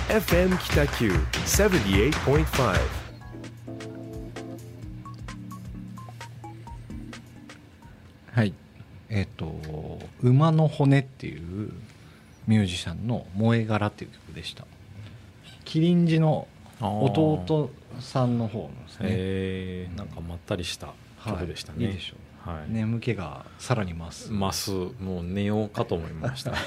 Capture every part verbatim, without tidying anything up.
エフエム 北九 ななじゅうはちてんご。 はい、えっ、と馬の骨っていうミュージシャンの萌え柄っていう曲でした。キリンジの弟さんの方のですね。 へー、なんかまったりした曲でしたね。 はい、いいでしょう、 はい、 眠気がさらに増す増す、もう寝ようかと思いました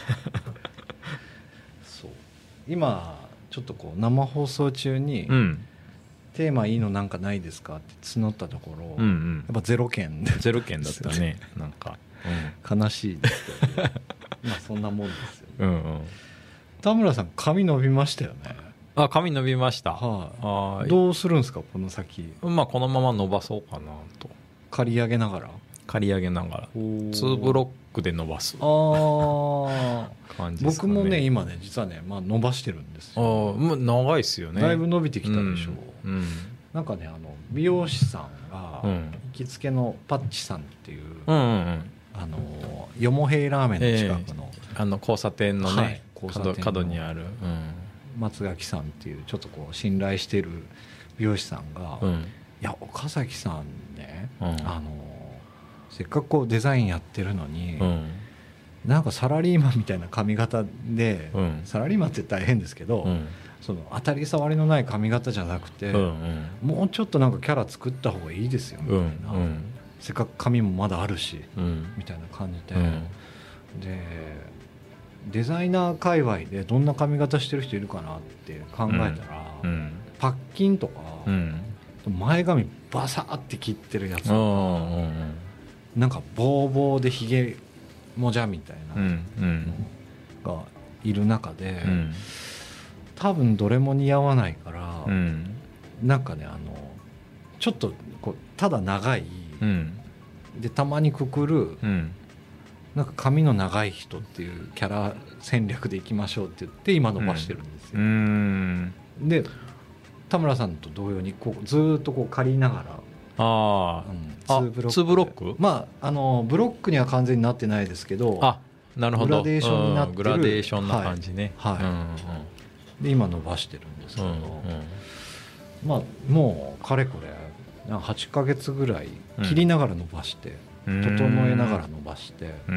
そう、今ちょっとこう生放送中に、 うん、 テーマいいのなんかないですかって募ったところ、 うんうん、 やっぱゼロ件ゼロ件だったねなんか、 うん、悲しいですけどまあそんなもんですよね。 うんうん、 田村さん髪伸びましたよね。 あ、髪伸びました、 はい、 あ、 どうするんですかこの先。 まあこのまま伸ばそうかなと。 刈り上げながら刈り上げながらツーブロックで伸ばすあ感じですかね。 僕もね今ね実はね、まあ、伸ばしてるんですよ。 あ、もう長いですよね。 だいぶ伸びてきたでしょう、 うんうん、 なんかねあの美容師さんが、 うん、 行きつけのパッチさんっていう、 うんうんうん、 あのよもへいラーメンの近くの、 えー、あの交差点のね、はい、 交差点の角, 角にある、うん、 松垣さんっていうちょっとこう信頼してる美容師さんが、うん、いや岡崎さんね、うん、あのせっかくこうデザインやってるのに、うん、なんかサラリーマンみたいな髪型で、うん、サラリーマンって大変ですけど、うん、その当たり障りのない髪型じゃなくて、うんうん、もうちょっとなんかキャラ作った方がいいですよみたいな、うんうん、せっかく髪もまだあるし、うん、みたいな感じで、うん、でデザイナー界隈でどんな髪型してる人いるかなって考えたら、うんうん、パッキンとか、うん、前髪バサーって切ってるやつとか、うんうん、なんかボーボーでひげもじゃみたいなのがいる中で、うん、多分どれも似合わないから、うん、なんかねあのちょっとこうただ長い、うん、でたまにくくる、うん、なんか髪の長い人っていうキャラ戦略でいきましょうって言って今伸ばしてるんですよ、うん、で田村さんと同様にこうずっとこう借りながら、 あ、うん、ツーブロック、ツーブロック、 まあ、あのブロックには完全になってないですけど、 あ、なるほど、 グラデーションになってる、 グラデーションな感じね、 はいはい、うんうん、で今伸ばしてるんですけど、うんうん、まあもうかれこれはちかげつぐらい切りながら伸ばして、うん、整えながら伸ばして、うん、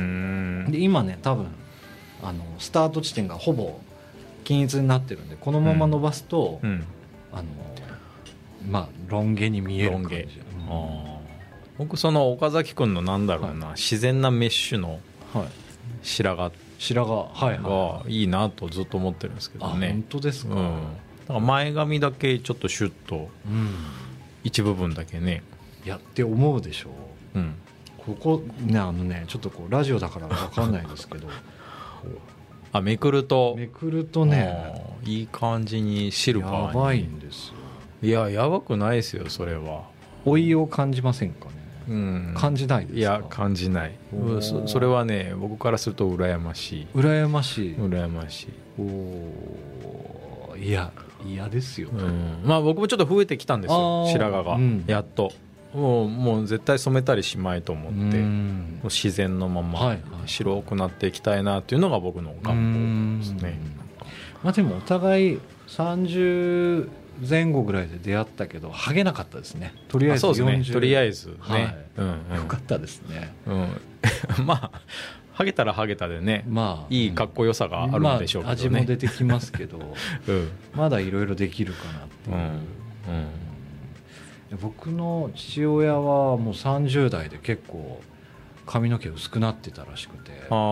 で今ね多分あのスタート地点がほぼ均一になってるんでこのまま伸ばすと、うんうん、あのまあロン毛に見える感じ、うん、 あ、僕その岡崎くんのなんだろうな、はい、自然なメッシュの白髪、 白髪、はいはい、いいなとずっと思ってるんですけどね。 あ、本当ですか、 うん、だから前髪だけちょっとシュッと、うん、一部分だけねやって思うでしょう、うん、ここねあのねちょっとこうラジオだから分かんないですけどあ、めくるとめくるとねいい感じにシルバーに、 やばいんですよ。 いややばくないですよそれは。 老いを感じませんかね、うん、感じないですか。 いや感じない。 そ, それはね僕からすると羨ましい羨ましい羨ましい。 お、いや嫌ですよ、うん、 まあ僕もちょっと増えてきたんですよ白髪が、うん、やっともう、もう絶対染めたりしまいと思って、うん、自然のまま白くなっていきたいなっていうのが僕の願望ですね。 まあ、でもお互いさんじゅうぜん後ぐらいで出会ったけどハゲなかったですね。とりあえずよんじゅう、 ね、とりあえずね、はい、 うんうん、よかったですね、 うん、まあハゲたらハゲたでね、まあ、いいかっこよさがあるんでしょうけどね、まあ、 味も出てきますけど、うん、まだいろいろできるかなっていう、うんうん、僕の父親はもうさんじゅう代で結構髪の毛薄くなってたらしくて、あ、うん、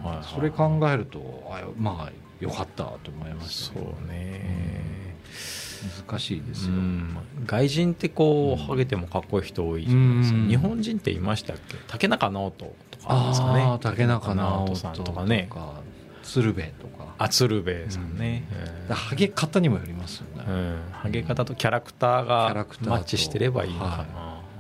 はいはい、それ考えるとあまあよかったと思いましたけど。 そうね、 うん、難しいですよ、うん、 外人ってこう、うん、ハゲてもかっこいい人多いじゃないですか、うん、日本人っていましたっけ、竹中直人とかですかね。 あ、竹中直人さんとかね、 鶴瓶とか、 あ、鶴瓶さんね、 うん、ハゲ方にもよりますよね、 うん、ハゲ方とキャラクターがマッチしてればいいのかな、はい、うん、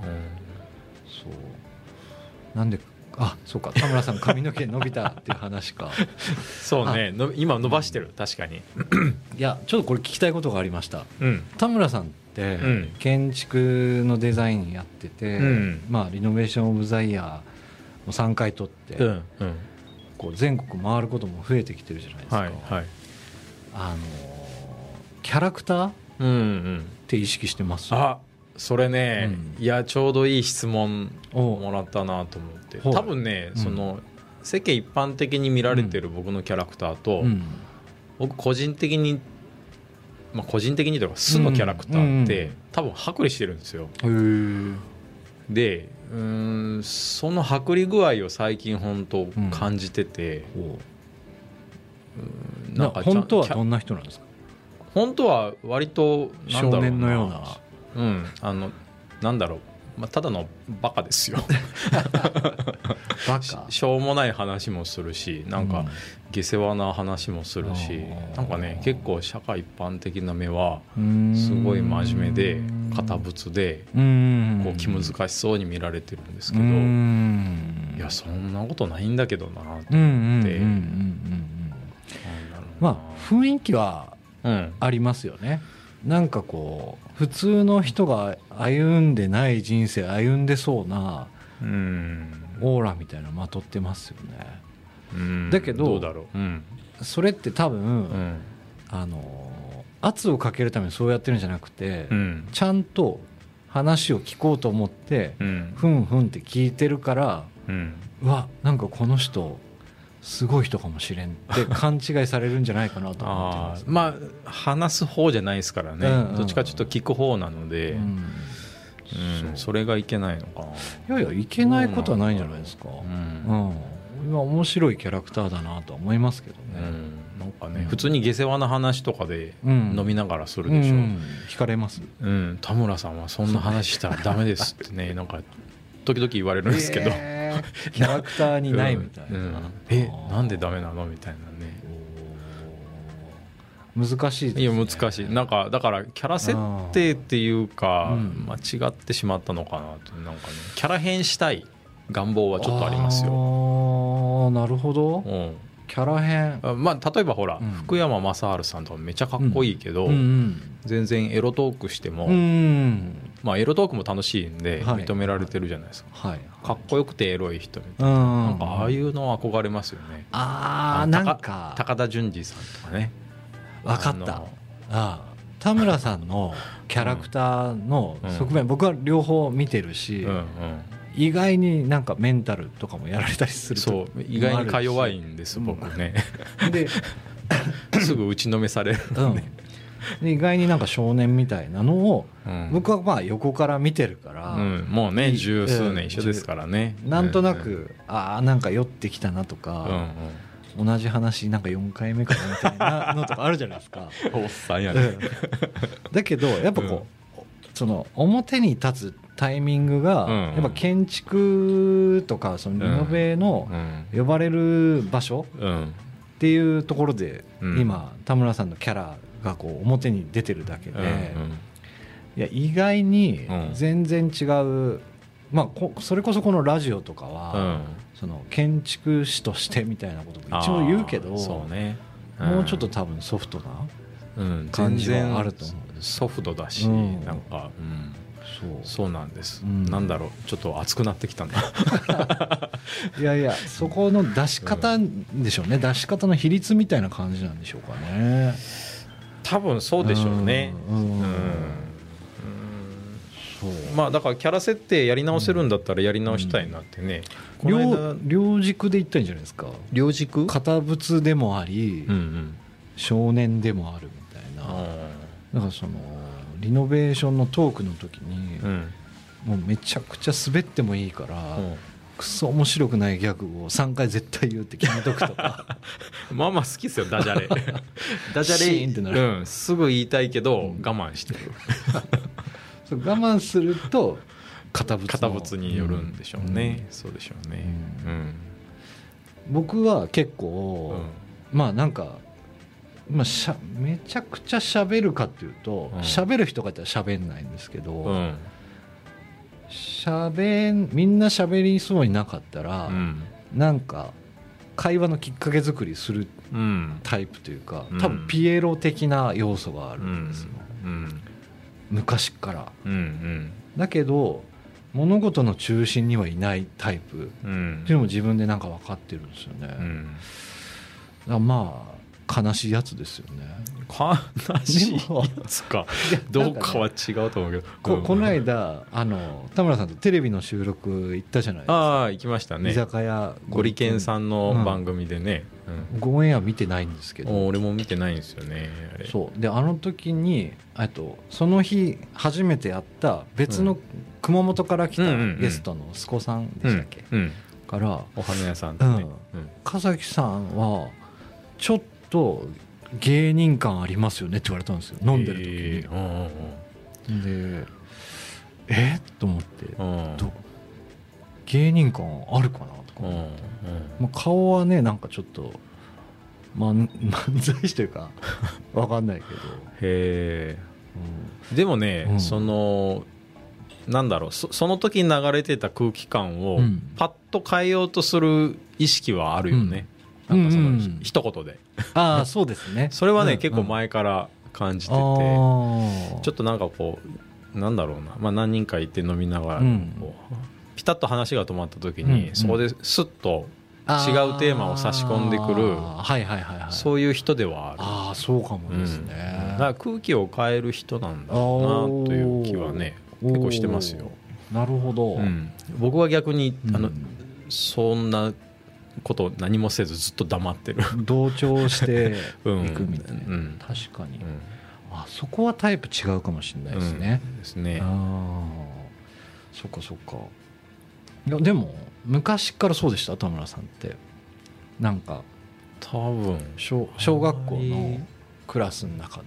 そうなんで、あ、そうか、田村さん髪の毛伸びたっていう話かそうね、の今伸ばしてる、確かにいやちょっとこれ聞きたいことがありました、うん、田村さんって建築のデザインやってて、うん、まあ、リノベーションオブザイヤーもさんかい取って、うんうん、こう全国回ることも増えてきてるじゃないですか、はいはい、 あのキャラクターって意識してます？ うんうん、あそれね、うん、いやちょうどいい質問もらったなと思って、多分ね、うん、その世間一般的に見られてる僕のキャラクターと、うん、僕個人的に、まあ、個人的にというか素のキャラクターって、うんうん、多分剥離してるんですよ。でうーんその剥離具合を最近本当感じてて、 うん、なんか本当はどんな人なんですか？ 本当は割となんだろうな、 少年のような、 うん、あのなんだろう、まあ、ただのバカですよバカしょうもない話もするし、なんか下世話な話もするし、うん、なんかね結構社会一般的な目はすごい真面目で堅物でこう気難しそうに見られてるんですけど、いやそんなことないんだけどなと思って、 まあ雰囲気はありますよね、うん、なんかこう普通の人が歩んでない人生歩んでそうなオーラみたいなのまとってますよね、うん、だけど、 どうだろう、うん、 それって多分、うん、あの圧をかけるためにそうやってるんじゃなくて、うん、ちゃんと話を聞こうと思って、うん、ふんふんって聞いてるから、うん、うわなんかこの人すごい人かもしれんって勘違いされるんじゃないかなと思ってます。 あまあ話す方じゃないですからね、うんうん、どっちかちょっと聞く方なので、うんうん、そ, それがいけないのかな。 いやいやいけないことはないんじゃないですか、うんうん、今面白いキャラクターだなとは思いますけどね、 うん、なんかね、うん、普通に下世話な話とかで飲みながらするでしょ、うんうん、 惹かれます、 うん、田村さんはそんな話したらダメですってねなんか時々言われるんですけど、 えー、キャラクターにないみたいな、うんうん、 えなんでダメなのみたいなね、 難しいですね。 いや難しい、なんかだからキャラ設定っていうか、うん、間違ってしまったのかなと、なんかねキャラ変したい願望はちょっとありますよ。 あなるほど、うん、キャラ変、 まあ、例えばほら、うん、福山雅治さんとかめちゃかっこいいけど、うんうん、全然エロトークしても、うん、まあ、エロトークも楽しいんで認められてるじゃないですか、はい、かっこよくてエロい人みたいな、うん、なんかああいうの憧れますよね。 ああなんか高田純次さんとかね。 分かった、ああ田村さんのキャラクターの側面、うん、僕は両方見てるし、うんうん、意外になんかメンタルとかもやられたりすると、 そう意外にか弱いんです僕ね、うん、ですぐ打ちのめされるので、 うん、で意外になんか少年みたいなのを、うん、僕はまあ横から見てるから、うん、 もうね十数年一緒ですからね、 なんとなく、うん、ああなんか酔ってきたなとか、うんうん、同じ話なんかよんかいめかなみたいなのとかあるじゃないですかおっさんやね、うん、 だけどやっぱこう、うん、その表に立つタイミングが、うん、やっぱ建築とかそのリノベの呼ばれる場所っていうところで、うん、今田村さんのキャラがこう表に出てるだけで、うんうん、いや意外に全然違う、まあ、それこそこのラジオとかは、うん、その建築士としてみたいなことも一応言うけど、 そうね、うん、 もうちょっと多分ソフトな感じはあると思うんです。 ソフトだし、うん、なんか、うん、そうそうなんです、うん、なんだろうちょっと熱くなってきたんだいやいやそこの出し方でしょうね、うん、出し方の比率みたいな感じなんでしょうかね。 多分そうでしょうね、うんうんうん、そうまあだからキャラ設定やり直せるんだったらやり直したいなってね、 うん、両, 両軸で言ったらいいんじゃないですか。 両軸堅物でもあり、うんうん、少年でもあるみたいな、だからそのリノベーションのトークの時に、うん、もうめちゃくちゃ滑ってもいいから、うん、クソ面白くないギャグをさんかい絶対言うって決めとくとかまあまあ好きですよダジャレダジャレシーンってなる、うん、すぐ言いたいけど、うん、我慢してるそう我慢すると堅物堅物によるんでしょうね、うん、そうでしょうね、うんうん、 僕は結構、うん、まあなんかまあ、しゃめちゃくちゃ喋るかっていうと喋、うん、る人がいたら喋んないんですけど、うん、しゃべんみんな喋りそうになかったら、うん、なんか会話のきっかけ作りするタイプというか、うん、多分ピエロ的な要素があるんですよ、うんうん、昔から、うんうん、だけど物事の中心にはいないタイプっていうのも自分でなんか分かってるんですよね、うん、だからまあ悲しいやつですよね。 悲しいやつかどうかは違うと思うけど、 こ, この間あの田村さんとテレビの収録行ったじゃないですか。 ああ行きましたね。 居酒屋ゴリケンさんの番組でね、 うんうん、ごオンエア見てないんですけど。 俺も見てないんですよね。 あれそうであの時にあとその日初めて会った別の熊本から来たゲストの須子さんでしたっけ、うんうんうん、からお花屋さんとね、 うんうん、笠崎さんはちょっと芸人感ありますよねって言われたんですよ、飲んでる時に、えーうんうん、でえっと思って、うん、ど芸人感あるかなとか思って、うんうんまあ、顔はねなんかちょっと、ま、漫才師というか分かんないけどへー、うん、でもね、うん、そのなんだろう そ, その時に流れてた空気感をパッと変えようとする意識はあるよね、うん、なんかその、うん、一言でああそうですねそれはね、うん、結構前から感じてて、うん、ちょっとなんかこうなんだろうな、まあ、何人かいて飲みながら、うん、こうピタッと話が止まった時に、うん、そこでスッと違うテーマを差し込んでくる、 はいはいはいはい、 そういう人ではある。 ああそうかもですね、 うん、だから空気を変える人なんだろうなという気はね結構してますよ。 なるほど、うん、 僕は逆にあの、うん、そんなこと何もせずずっと黙ってる同調していくみたいな、うん、確かに、うん、あそこはタイプ違うかもしれないですね、 うん、ですね。 あそっかそっか。いやでも昔からそうでした田村さんって。なんか多分小, 小学校のクラスの中で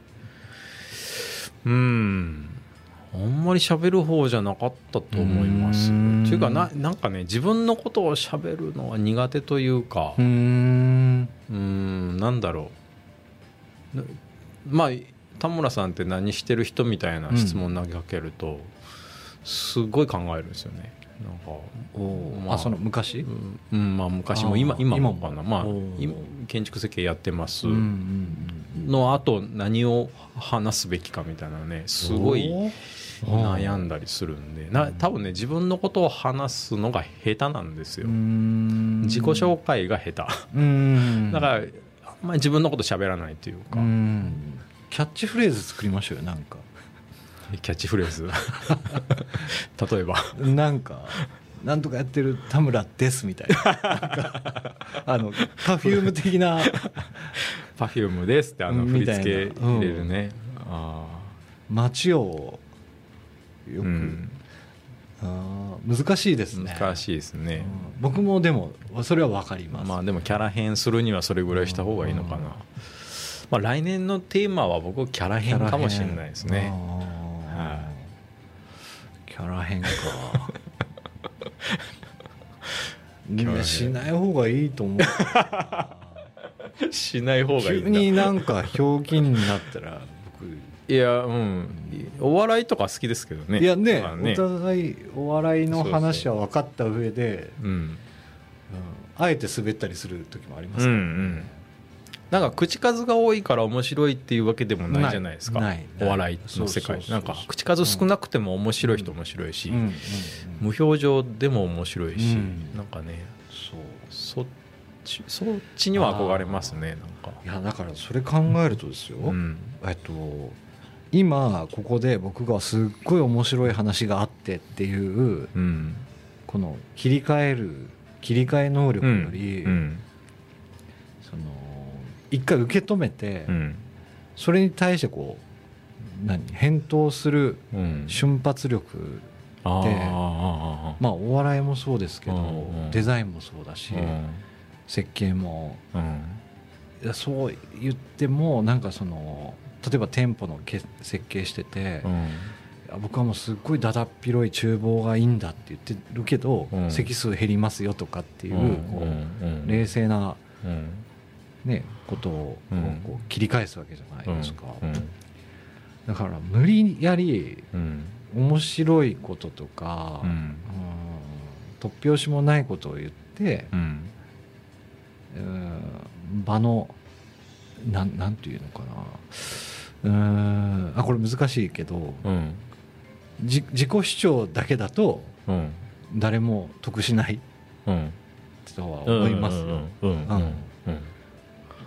うんあんまり喋る方じゃなかったと思います。というか な, なんかね自分のことを喋るのは苦手というかうーんうんなんだろうまあ田村さんって何してる人みたいな質問投げかけると、うん、すごい考えるんですよね。なんかお、まあ、あその昔、 うんうんまあ、昔も今今もかな、まあ、今建築設計やってますのあと何を話すべきかみたいなねすごい悩んだりするんでな多分ね自分のことを話すのが下手なんですよ。自己紹介が下手うんだからあんまり自分のこと喋らないというかうんキャッチフレーズ作りましょうよ。なんかキャッチフレーズ例えばなんかなんとかやってる田村ですみたい な, なんかあのパフューム的なパフュームですってあの振り付け入れるね、うん、あ街をよく、うん、あ難しいですね。 難しいですね、 うん、僕もでもそれは分かります。 まあでもキャラ変するにはそれぐらいした方がいいのかな、うんまあ、来年のテーマは僕キャラ変かもしれないですね。 はい、キャラ変かしない方がいいと思うしない方がいいんだ。 急になんかひょうきんになったら僕いやうんお笑いとか好きですけどね。 いや ね, ねお互いお笑いの話は分かった上でそうそう、うんうん、あえて滑ったりする時もありますからね、うんうんなんか口数が多いから面白いっていうわけでもないじゃないですか。お笑いの世界なんか口数少なくても面白い人面白いし、うんうんうんうん、無表情でも面白いし、うん、なんかね そ, そ, っちそっちには憧れますね。なんかいやだからそれ考えるとですよ、うん、えっと今ここで僕がすっごい面白い話があってっていう、うん、この切り替える切り替え能力より、うんうんその一回受け止めて、うん、それに対してこう何返答する瞬発力って、うん、まあお笑いもそうですけど、うんうん、デザインもそうだし、うん、設計も、うん、そう言ってもなんかその例えば店舗の設計してて、うん、僕はもうすっごいだだっ広い厨房がいいんだって言ってるけど、うん、席数減りますよとかっていう、うん、こう、うん、冷静な、うんね、ことをこう切り返すわけじゃないですか、うんうん、だから無理やり面白いこととか、うんうん、突拍子もないことを言って、うん、場のな ん, なんていうのかなうーんあこれ難しいけど、うん、自己主張だけだと誰も得しないとは思いますよ。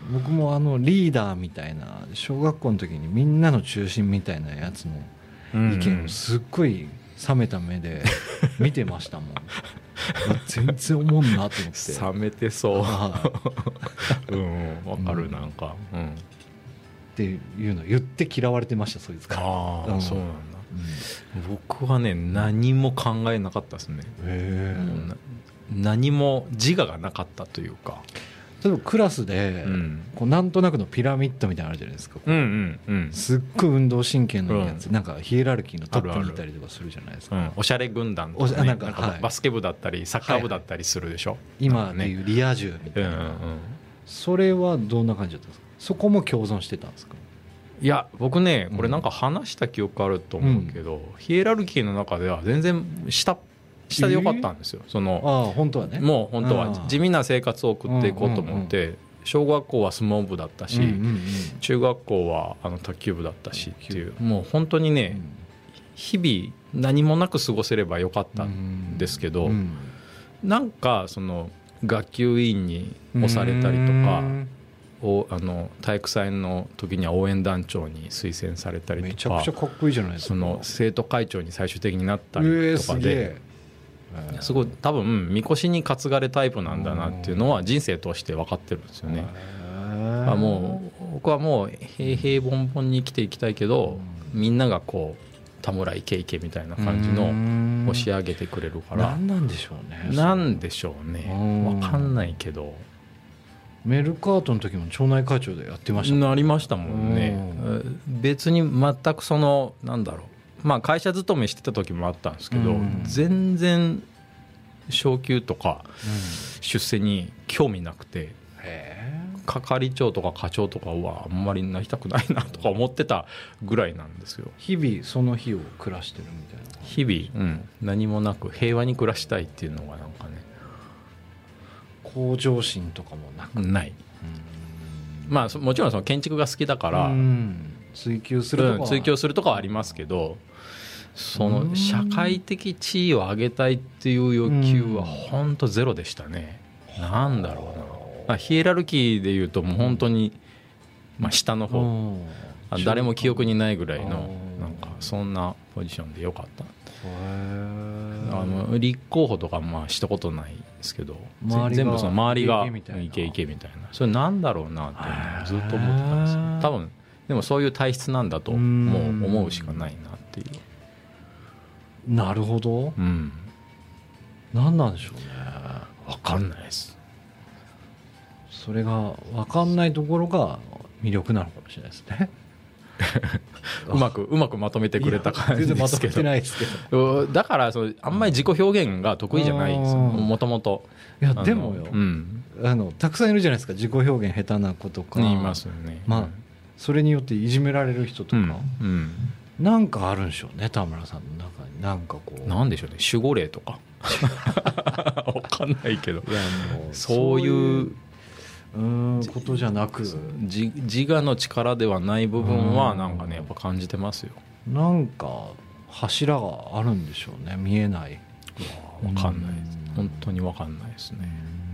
僕もあのリーダーみたいな小学校の時にみんなの中心みたいなやつの意見をすっごい冷めた目で見てましたもん全然思んなと思って冷めてそううんわかるなんか、うん、 っていうのを言って嫌われてましたそいつから。 ああ、うん、そうなんだ、うん、僕はね何も考えなかったですね。へえ。何も自我がなかったというか、 例えばクラスで、うん、こうなんとなくのピラミッドみたいなのあるじゃないですか、うんうんうん、すっごい運動神経のやつ、うん、なんかヒエラルキーのトップにいたりとかするじゃないですか。 あるある、うん、おしゃれ軍団とか、ね、なんか、なんかバスケ部だったりサッカー部だったりするでしょ、はい、 今でいうリア充みたいな、うんうんうん、それはどんな感じだったんですか？そこも共存してたんですか？ いや僕ねこれなんか話した記憶あると思うけど、うん、ヒエラルキーの中では全然下下でよかったんですよ。そのあ本当はね、 もう本当は地味な生活を送っていこうと思って、小学校は相撲部だったし、中学校はあの卓球部だったしっていう、もう本当にね日々何もなく過ごせればよかったんですけど、なんかその学級委員に押されたりとか、おあの体育祭の時には応援団長に推薦されたりとか、 めちゃくちゃかっこいいじゃないですか。 その生徒会長に最終的になったりとかで、すごい多分みこしに担がれタイプなんだなっていうのは人生通して分かってるんですよね。あもう僕はもう平々凡々に生きていきたいけど、みんながこう田村イケイケみたいな感じの押し上げてくれるから。 何なんでしょうね。 なんでしょうね。分かんないけど。 メルカートの時も町内会長でやってましたもんね。 なりましたもんね。別に全くそのなんだろう、まあ会社勤めしてた時もあったんですけど、全然昇給とか出世に興味なくて、係長とか課長とかはあんまりなりたくないなとか思ってたぐらいなんですよ。 日々その日を暮らしてるみたいな。 日々、うん、何もなく平和に暮らしたいっていうのがなんかね、 向上心とかもなくない。まあもちろんその建築が好きだから追求するとか、 うん、追求するとかはありますけど、その社会的地位を上げたいっていう欲求は本当ゼロでしたね。なんだろうな、ヒエラルキーでいうともう本当にまあ下の方、誰も記憶にないぐらいのなんかそんなポジションでよかった。あの立候補とかまあしたことないですけど、全部その周りがイケイケみたいな、それなんだろうなってずっと思ってたんですよ。多分でもそういう体質なんだともう思うしかないなっていう。 なるほど、うん、何なんでしょうね。 分かんないです。 それが分かんないところが魅力なのかもしれないですねうまくうまくまとめてくれた感じですけど、 全然まとめてないですけどだからそのあんまり自己表現が得意じゃないですよもともと。 いやでもよ、うん、あのたくさんいるじゃないですか、自己表現下手な子とか。 いますよね。 まあそれによっていじめられる人とか、うんうん、なんかあるんでしょうね、田村さんの中に。なんかこうなんでしょうね、守護霊とか分かんないけど、いやもうそういううんことじゃなく、 自, 自我の力ではない部分はなんかねやっぱ感じてますよ。 なんか柱があるんでしょうね、見えない。 分かんないです、本当に分かんないですね。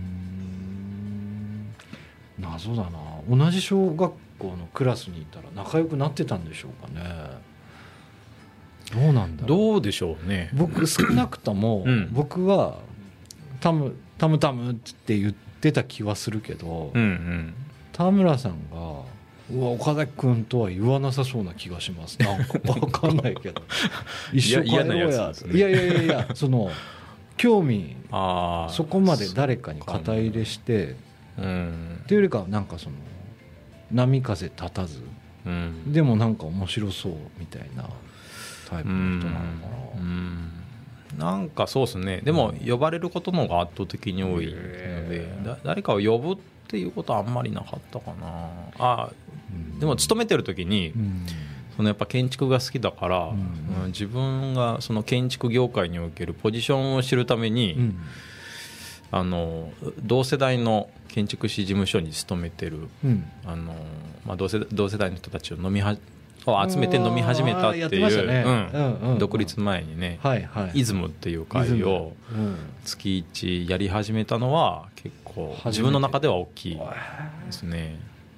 謎だな。同じ小学校のクラスにいたら仲良くなってたんでしょうかね。どうなんだろう。 どうでしょうね。 僕少なくとも、うん、僕はタムタムタムって言ってた気はするけど、うんうん、田村さんがうわ岡崎君とは言わなさそうな気がします。なんか分かんないけど一緒帰ろうや。いやいやいやいやその興味あそこまで誰かに肩入れして、うん、っていうよりかはなんかその波風立たず、うん、でもなんか面白そうみたいなタイプの人なのかな。うんうんなんかそうですね。でも呼ばれることの方が圧倒的に多いので、だ誰かを呼ぶっていうことはあんまりなかったかなあ。でも勤めてる時に、うん、そのやっぱ建築が好きだから、うん、自分がその建築業界におけるポジションを知るために、うん、あの同世代の建築士事務所に勤めてる、うんあのまあ、同世同世代の人たちを飲みはを集めて飲み始めたっていう独立前にね、はいはい、イズムっていう会を月いちやり始めたのは結構自分の中では大きいですね。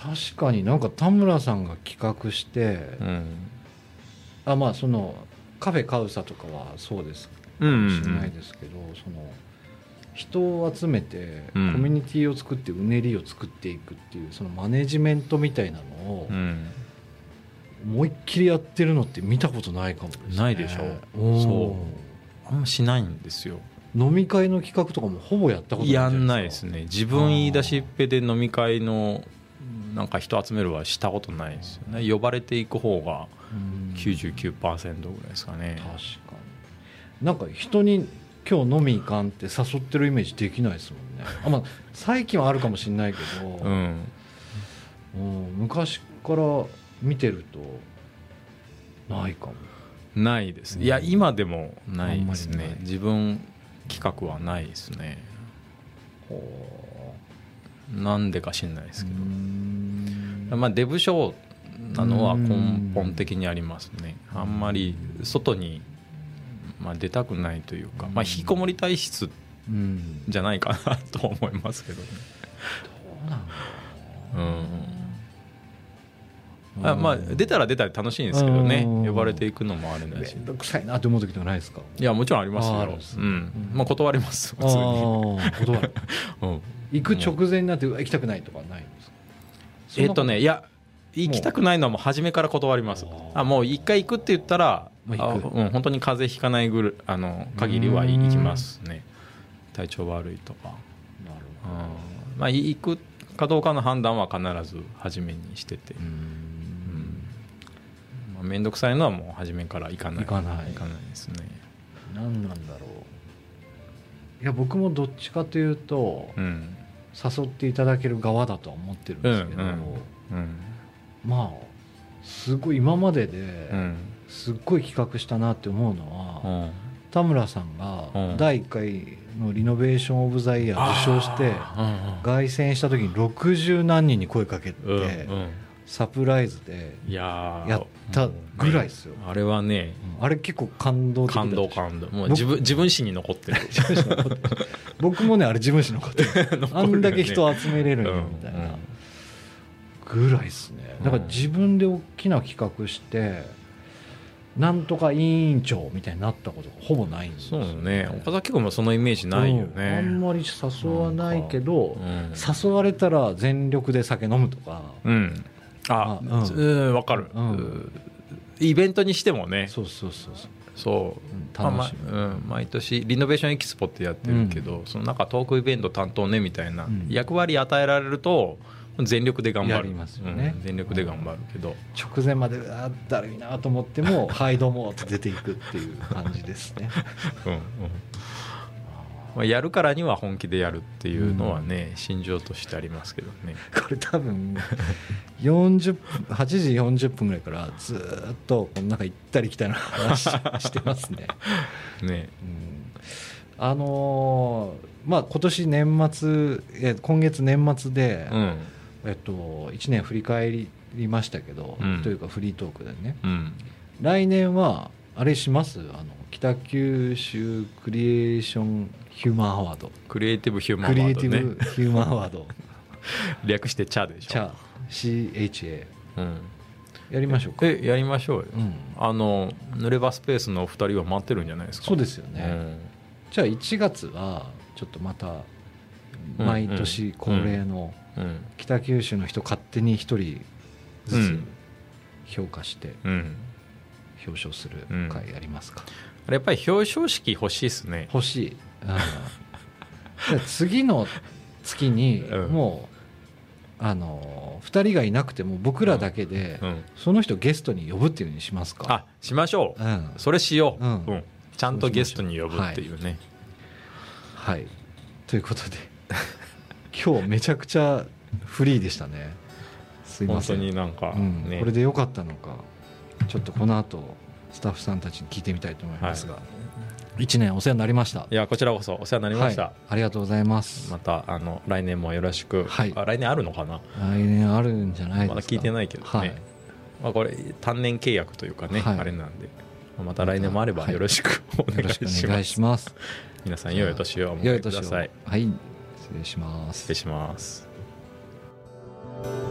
確かになんか田村さんが企画して、うん、あまあそのカフェカウサとかはそうですかもしれないですけど、うんうんうん、その人を集めてコミュニティを作ってうねりを作っていくっていうそのマネジメントみたいなのを思いっきりやってるのって見たことないかもですね。 ないでしょ。そうあんましないんですよ。 飲み会の企画とかもほぼやったことないじゃないですか。 やんないですね。自分言い出しっぺで飲み会のなんか人集めるはしたことないですよね。呼ばれていく方が きゅうじゅうきゅうパーセント ぐらいですかね。 確かになんか人に今日飲み行かんって誘ってるイメージできないですもんね。あ、まあ、最近はあるかもしれないけど、うん、うん、昔から見てるとないかも。 ないです、うん、いや今でもないですね。ない自分企画はないですね。なんでか知んないですけど、まあ、デブ症なのは根本的にありますね。あんまり外にまあ、出たくないというか、まあ、引きこもり体質じゃないかなと思いますけどね。 どうなんだろう、 うん、あまあ出たら出たら楽しいんですけどね。呼ばれていくのもあれだし、 めんどくさいなと思う時とかないですか？ いやもちろんありますよ。うん、まあ、断ります普通に。 あ断る、うん、行く直前になって行きたくないとかないんですか？ えっとねいや行きたくないのはもう初めから断ります。あもう一回行くって言ったらあ、うん、本当に風邪ひかないぐるあの限りは行きますね。体調悪いとか。なるほど、うんまあ、行くかどうかの判断は必ず初めにしてて、うんうんまあ、めんどくさいのはもう初めから行かない行かない行かないですね。 何なんだろう。いや僕もどっちかというと、うん、誘っていただける側だとは思ってるんですけど、うんうんうんまあすごい今までですっごい企画したなって思うのは、うん、田村さんがだいいっかいのリノベーションオブザイヤー受賞して凱旋した時にろくじゅうなんにんに声かけてサプライズでやったぐらいですよ。 あれはね、 あれ結構感動的だった。 感動感動もう自分自分史に残ってる僕もねあれ自分史残ってるあんだけ人集めれるんよみたいなぐらいですね。だから自分で大きな企画してなんとか委員長みたいになったことがほぼないんですよね。 そうね。岡崎君もそのイメージないよね。 あんまり誘わないけど、うん、誘われたら全力で酒飲むとか。 うん。あ、うん、うん分かる、うん。イベントにしてもね。 そうそうそうそう。 そう、楽しみ、まあうん、毎年リノベーションエキスポってやってるけど、うん、そのなんかトークイベント担当ねみたいな役割与えられると。全力で頑張る、ねうん、全力で頑張るけど、 直前まであだるいなと思ってもはいどうもって出ていくっていう感じですねうん、うんまあ、やるからには本気でやるっていうのはね、うん、心情としてありますけどね。 これ多分よんじゅっぷんはちじよんじゅっぷんぐらいからずっとこの中行ったり来たりの話してますねね、うん、あのー、まあ今年年末今月年末で、うんえっと、いちねん振り返りましたけど、うん、というかフリートークでね、うん、来年はあれしますあの北九州クリエーションヒューマンアワードクリエイティブヒューマンアワードねクリエイティブヒューマンアワード略してチャでしょ。 チャ シーエイチエー、うん、やりましょうか。 えやりましょうよ、うん、あの濡れ場スペースのお二人は待ってるんじゃないですか。 そうですよね、うん、じゃあいちがつはちょっとまた毎年恒例の北九州の人勝手にひとりずつ評価して表彰する会やりますか。 やっぱり表彰式欲しいですね。 欲しい。次の月にもうあのふたりがいなくても僕らだけでその人ゲストに呼ぶっていう風にしますか。 あしましょう、うん、それしよう、うんうん、ちゃんとゲストに呼ぶっていうね。 はい、はい、ということで今日めちゃくちゃフリーでしたね。すいません。 本当になんか、 うんね、これで良かったのかちょっとこの後スタッフさんたちに聞いてみたいと思いますが、はい、いちねんお世話になりました。 いやこちらこそお世話になりました、はい、 ありがとうございます。 またあの来年もよろしく、はい、あ来年あるのかな。 来年あるんじゃないですか。 まだ聞いてないけどね、はいまあ、これ単年契約というかね、はい、あれなんでまた来年もあればよろしくお願いします、はい、よろしくお願いします。皆さん良いお年をお迎えください。 はい失礼します。 失礼します。